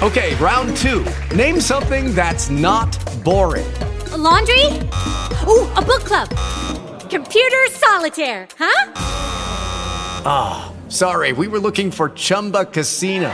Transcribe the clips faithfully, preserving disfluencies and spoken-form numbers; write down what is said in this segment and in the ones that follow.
Okay, round two. Name something that's not boring. A laundry? Ooh, a book club. Computer solitaire, huh? Ah, oh, sorry, we were looking for Chumba Casino.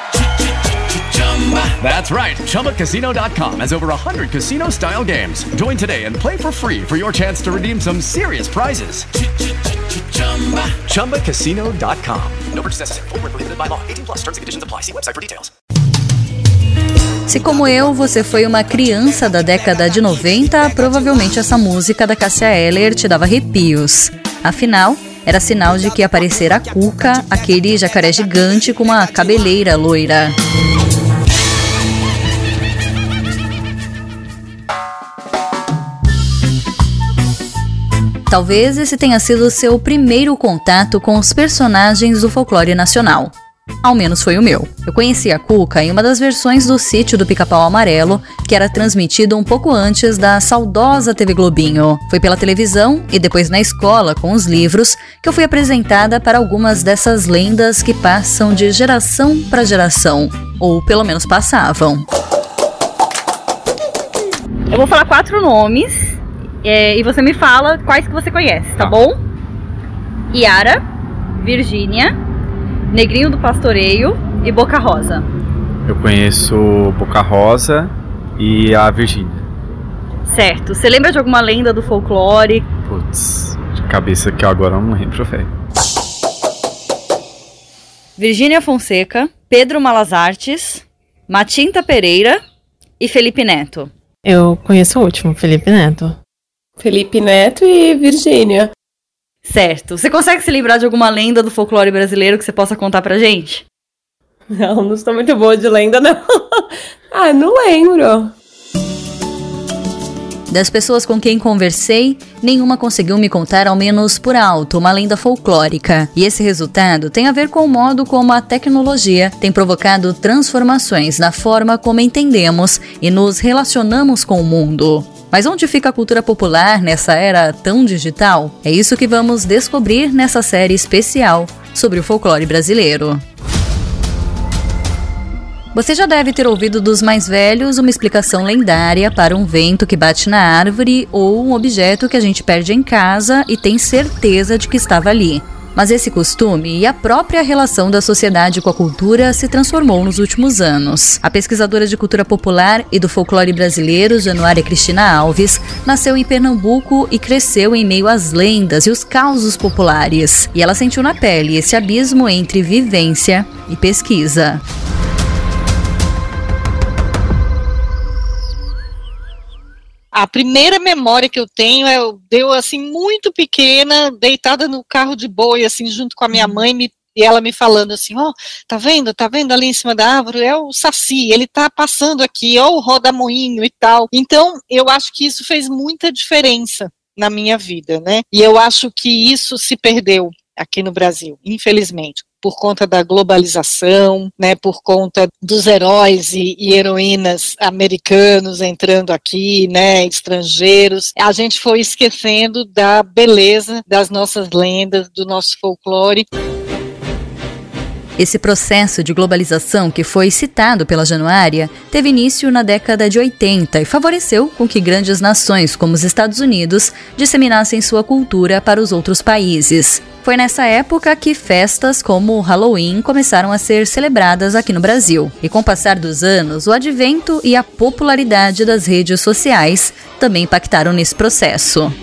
That's right, Chumba Casino dot com has over one hundred casino-style games. Join today and play for free for your chance to redeem some serious prizes. Chumba Casino dot com. No purchase necessary. Void where prohibited by law. eighteen plus terms and conditions apply. See website for details. Se como eu, você foi uma criança da década de noventa, provavelmente essa música da Cássia Eller te dava arrepios. Afinal, era sinal de que ia aparecer a Cuca, aquele jacaré gigante com uma cabeleira loira. Talvez esse tenha sido seu primeiro contato com os personagens do folclore nacional. Ao menos foi o meu. Eu conheci a Cuca em uma das versões do Sítio do Pica-Pau Amarelo, que era transmitido um pouco antes da saudosa T V Globinho. Foi pela televisão e depois na escola, com os livros, que eu fui apresentada para algumas dessas lendas que passam de geração para geração, ou pelo menos passavam. Eu vou falar quatro nomes é, e você me fala quais que você conhece, tá, tá bom? Yara, Virgínia, Negrinho do Pastoreio e Boca Rosa. Eu conheço Boca Rosa e a Virgínia. Certo. Você lembra de alguma lenda do folclore? Putz, de cabeça que eu agora não lembro, velho. Virgínia Fonseca, Pedro Malas Artes, Matinta Pereira e Felipe Neto. Eu conheço o último, Felipe Neto. Felipe Neto e Virgínia. Certo. Você consegue se lembrar de alguma lenda do folclore brasileiro que você possa contar pra gente? Não, não estou muito boa de lenda, não. Ah, não lembro. Das pessoas com quem conversei, nenhuma conseguiu me contar, ao menos por alto, uma lenda folclórica. E esse resultado tem a ver com o modo como a tecnologia tem provocado transformações na forma como entendemos e nos relacionamos com o mundo. Mas onde fica a cultura popular nessa era tão digital? É isso que vamos descobrir nessa série especial sobre o folclore brasileiro. Você já deve ter ouvido dos mais velhos uma explicação lendária para um vento que bate na árvore ou um objeto que a gente perde em casa e tem certeza de que estava ali. Mas esse costume e a própria relação da sociedade com a cultura se transformou nos últimos anos. A pesquisadora de cultura popular e do folclore brasileiro, Januária Cristina Alves, nasceu em Pernambuco e cresceu em meio às lendas e os causos populares. E ela sentiu na pele esse abismo entre vivência e pesquisa. A primeira memória que eu tenho é eu deu assim muito pequena, deitada no carro de boi assim junto com a minha mãe, me, e ela me falando assim, ó, oh, tá vendo, tá vendo ali em cima da árvore, é o saci, ele tá passando aqui, ó, o rodamoinho e tal. Então eu acho que isso fez muita diferença na minha vida, né? E eu acho que isso se perdeu aqui no Brasil, infelizmente, por conta da globalização, né, por conta dos heróis e, e heroínas americanos entrando aqui, né, estrangeiros. A gente foi esquecendo da beleza das nossas lendas, do nosso folclore. Esse processo de globalização que foi citado pela Januária teve início na década de oitenta e favoreceu com que grandes nações como os Estados Unidos disseminassem sua cultura para os outros países. Foi nessa época que festas como o Halloween começaram a ser celebradas aqui no Brasil. E com o passar dos anos, o advento e a popularidade das redes sociais também impactaram nesse processo.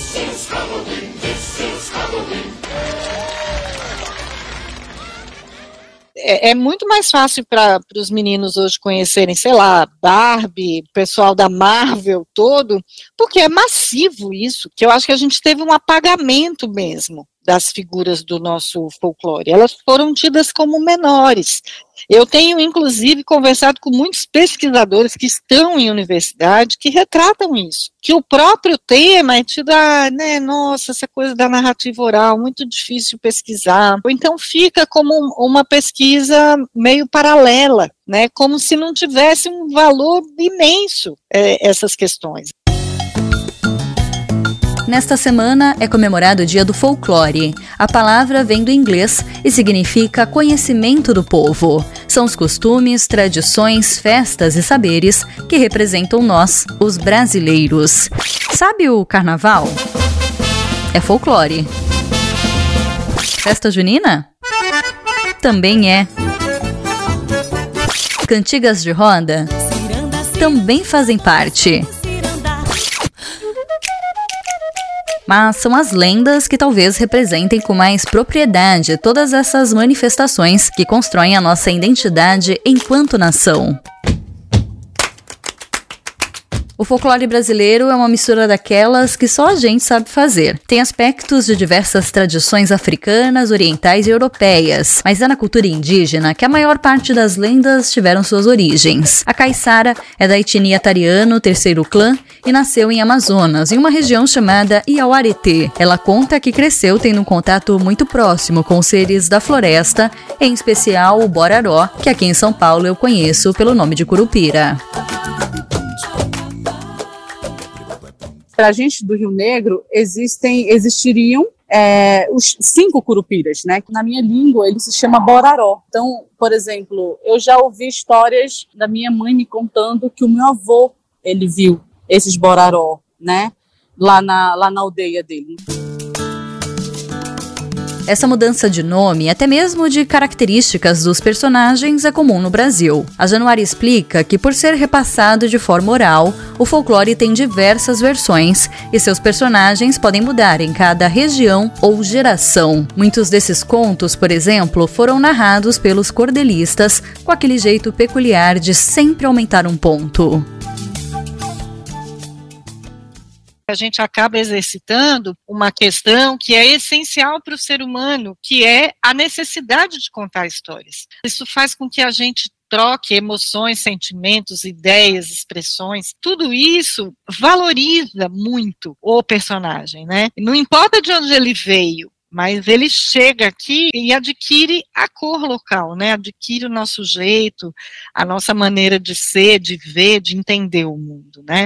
É, é muito mais fácil para os meninos hoje conhecerem, sei lá, Barbie, pessoal da Marvel todo, porque é massivo isso, que eu acho que a gente teve um apagamento mesmo das figuras do nosso folclore. Elas foram tidas como menores. Eu tenho, inclusive, conversado com muitos pesquisadores que estão em universidade que retratam isso, que o próprio tema é tido, ah, né, nossa, essa coisa da narrativa oral, muito difícil pesquisar. Ou então fica como uma pesquisa meio paralela, né, como se não tivesse um valor imenso é, essas questões. Nesta semana é comemorado o Dia do Folclore. A palavra vem do inglês e significa conhecimento do povo. São os costumes, tradições, festas e saberes que representam nós, os brasileiros. Sabe o carnaval? É folclore. Festa junina? Também é. Cantigas de roda? Também fazem parte. Mas são as lendas que talvez representem com mais propriedade todas essas manifestações que constroem a nossa identidade enquanto nação. O folclore brasileiro é uma mistura daquelas que só a gente sabe fazer. Tem aspectos de diversas tradições africanas, orientais e europeias, mas é na cultura indígena que a maior parte das lendas tiveram suas origens. A caiçara é da etnia Tariano, terceiro clã, e nasceu em Amazonas, em uma região chamada Iauaretê. Ela conta que cresceu tendo um contato muito próximo com os seres da floresta, em especial o Boraró, que aqui em São Paulo eu conheço pelo nome de Curupira. Para a gente do Rio Negro, existem, existiriam é, os cinco curupiras, né? Na minha língua, ele se chama Boraró. Então, por exemplo, eu já ouvi histórias da minha mãe me contando que o meu avô, ele viu esses Boraró, né? Lá na, lá na aldeia dele. Essa mudança de nome, até mesmo de características dos personagens, é comum no Brasil. A Januária explica que, por ser repassado de forma oral, o folclore tem diversas versões e seus personagens podem mudar em cada região ou geração. Muitos desses contos, por exemplo, foram narrados pelos cordelistas com aquele jeito peculiar de sempre aumentar um ponto. A gente acaba exercitando uma questão que é essencial para o ser humano, que é a necessidade de contar histórias. Isso faz com que a gente troque emoções, sentimentos, ideias, expressões. Tudo isso valoriza muito o personagem, né? Não importa de onde ele veio, mas ele chega aqui e adquire a cor local, né? Adquire o nosso jeito, a nossa maneira de ser, de ver, de entender o mundo, né?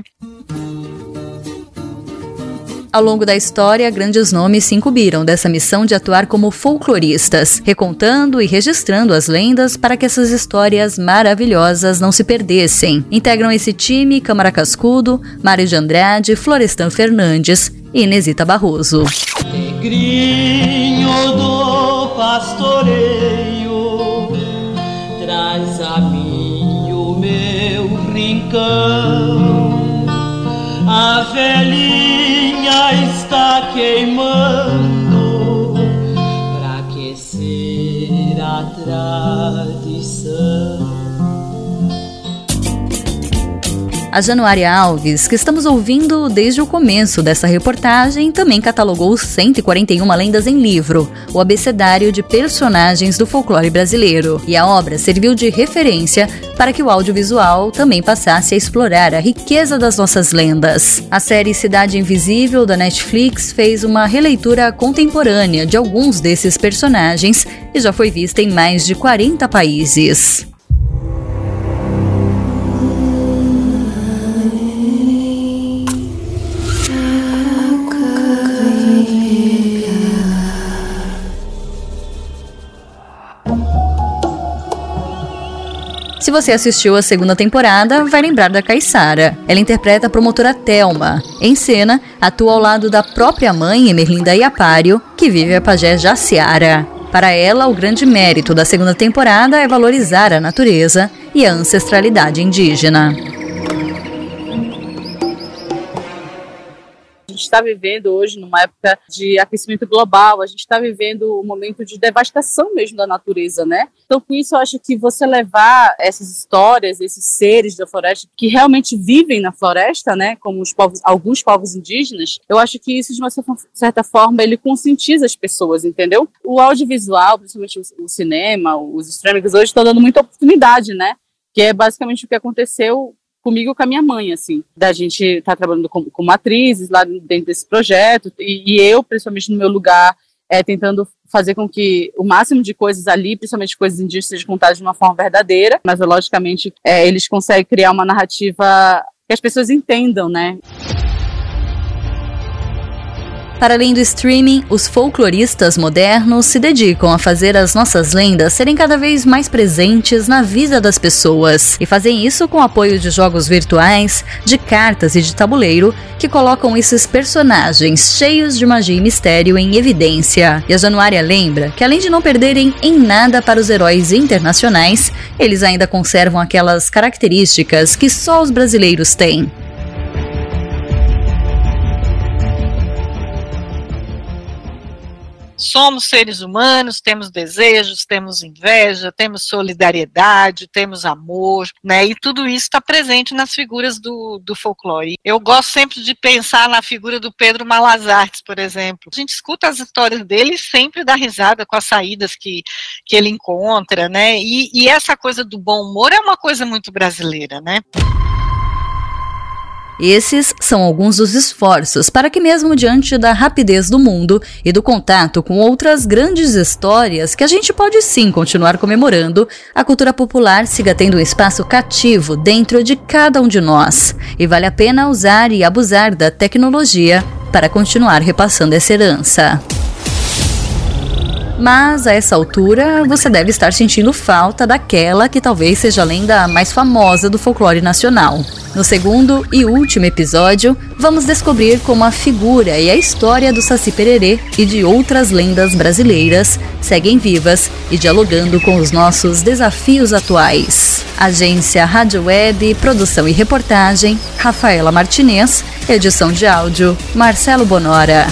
Ao longo da história, grandes nomes se incumbiram dessa missão de atuar como folcloristas, recontando e registrando as lendas para que essas histórias maravilhosas não se perdessem. Integram esse time Câmara Cascudo, Mário de Andrade, Florestan Fernandes e Inesita Barroso. Negrinho do pastoreio, traz a mim o meu rincão, a velhinha está queimando pra aquecer a tradição. A Januária Alves, que estamos ouvindo desde o começo dessa reportagem, também catalogou cento e quarenta e uma lendas em livro, o abecedário de personagens do folclore brasileiro. E a obra serviu de referência para que o audiovisual também passasse a explorar a riqueza das nossas lendas. A série Cidade Invisível, da Netflix, fez uma releitura contemporânea de alguns desses personagens e já foi vista em mais de quarenta países. Se você assistiu a segunda temporada, vai lembrar da Caiçara. Ela interpreta a promotora Thelma. Em cena, atua ao lado da própria mãe, Emerlinda Iapário, que vive a pajé Jaciara. Para ela, o grande mérito da segunda temporada é valorizar a natureza e a ancestralidade indígena. A gente está vivendo hoje numa época de aquecimento global, a gente está vivendo um momento de devastação mesmo da natureza, né? Então, com isso, eu acho que você levar essas histórias, esses seres da floresta, que realmente vivem na floresta, né? Como os povos, alguns povos indígenas, eu acho que isso, de uma certa forma, ele conscientiza as pessoas, entendeu? O audiovisual, principalmente o cinema, os streamings hoje estão dando muita oportunidade, né? Que é basicamente o que aconteceu comigo e com a minha mãe, assim, da gente estar tá trabalhando como, como atrizes lá dentro desse projeto, e, e eu, principalmente no meu lugar, é, tentando fazer com que o máximo de coisas ali, principalmente coisas indígenas, sejam contadas de uma forma verdadeira, mas, logicamente, é, eles conseguem criar uma narrativa que as pessoas entendam, né? Para além do streaming, os folcloristas modernos se dedicam a fazer as nossas lendas serem cada vez mais presentes na vida das pessoas. E fazem isso com o apoio de jogos virtuais, de cartas e de tabuleiro, que colocam esses personagens cheios de magia e mistério em evidência. E a Januária lembra que, além de não perderem em nada para os heróis internacionais, eles ainda conservam aquelas características que só os brasileiros têm. Somos seres humanos, temos desejos, temos inveja, temos solidariedade, temos amor, né? E tudo isso está presente nas figuras do, do folclore. Eu gosto sempre de pensar na figura do Pedro Malazartes, por exemplo. A gente escuta as histórias dele e sempre dá risada com as saídas que, que ele encontra, né? E, e essa coisa do bom humor é uma coisa muito brasileira, né? Esses são alguns dos esforços para que, mesmo diante da rapidez do mundo e do contato com outras grandes histórias que a gente pode sim continuar comemorando, a cultura popular siga tendo um espaço cativo dentro de cada um de nós. E vale a pena usar e abusar da tecnologia para continuar repassando essa herança. Mas, a essa altura, você deve estar sentindo falta daquela que talvez seja a lenda mais famosa do folclore nacional. No segundo e último episódio, vamos descobrir como a figura e a história do Saci Pererê e de outras lendas brasileiras seguem vivas e dialogando com os nossos desafios atuais. Agência Rádio Web, produção e reportagem, Rafaela Martinez, edição de áudio, Marcelo Bonora.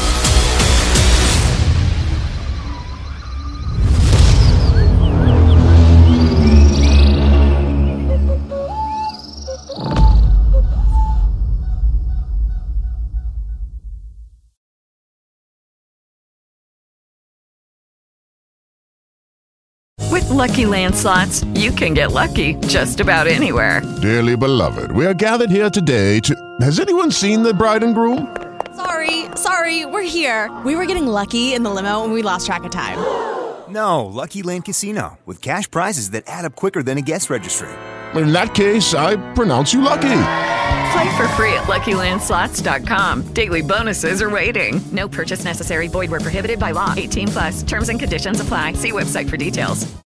With Lucky Land Slots, you can get lucky just about anywhere. Dearly beloved, we are gathered here today to... Has anyone seen the bride and groom? Sorry, sorry, we're here. We were getting lucky in the limo and we lost track of time. No, Lucky Land Casino, with cash prizes that add up quicker than a guest registry. In that case, I pronounce you lucky. Play for free at Lucky Land Slots dot com. Daily bonuses are waiting. No purchase necessary. Void where prohibited by law. eighteen plus. Terms and conditions apply. See website for details.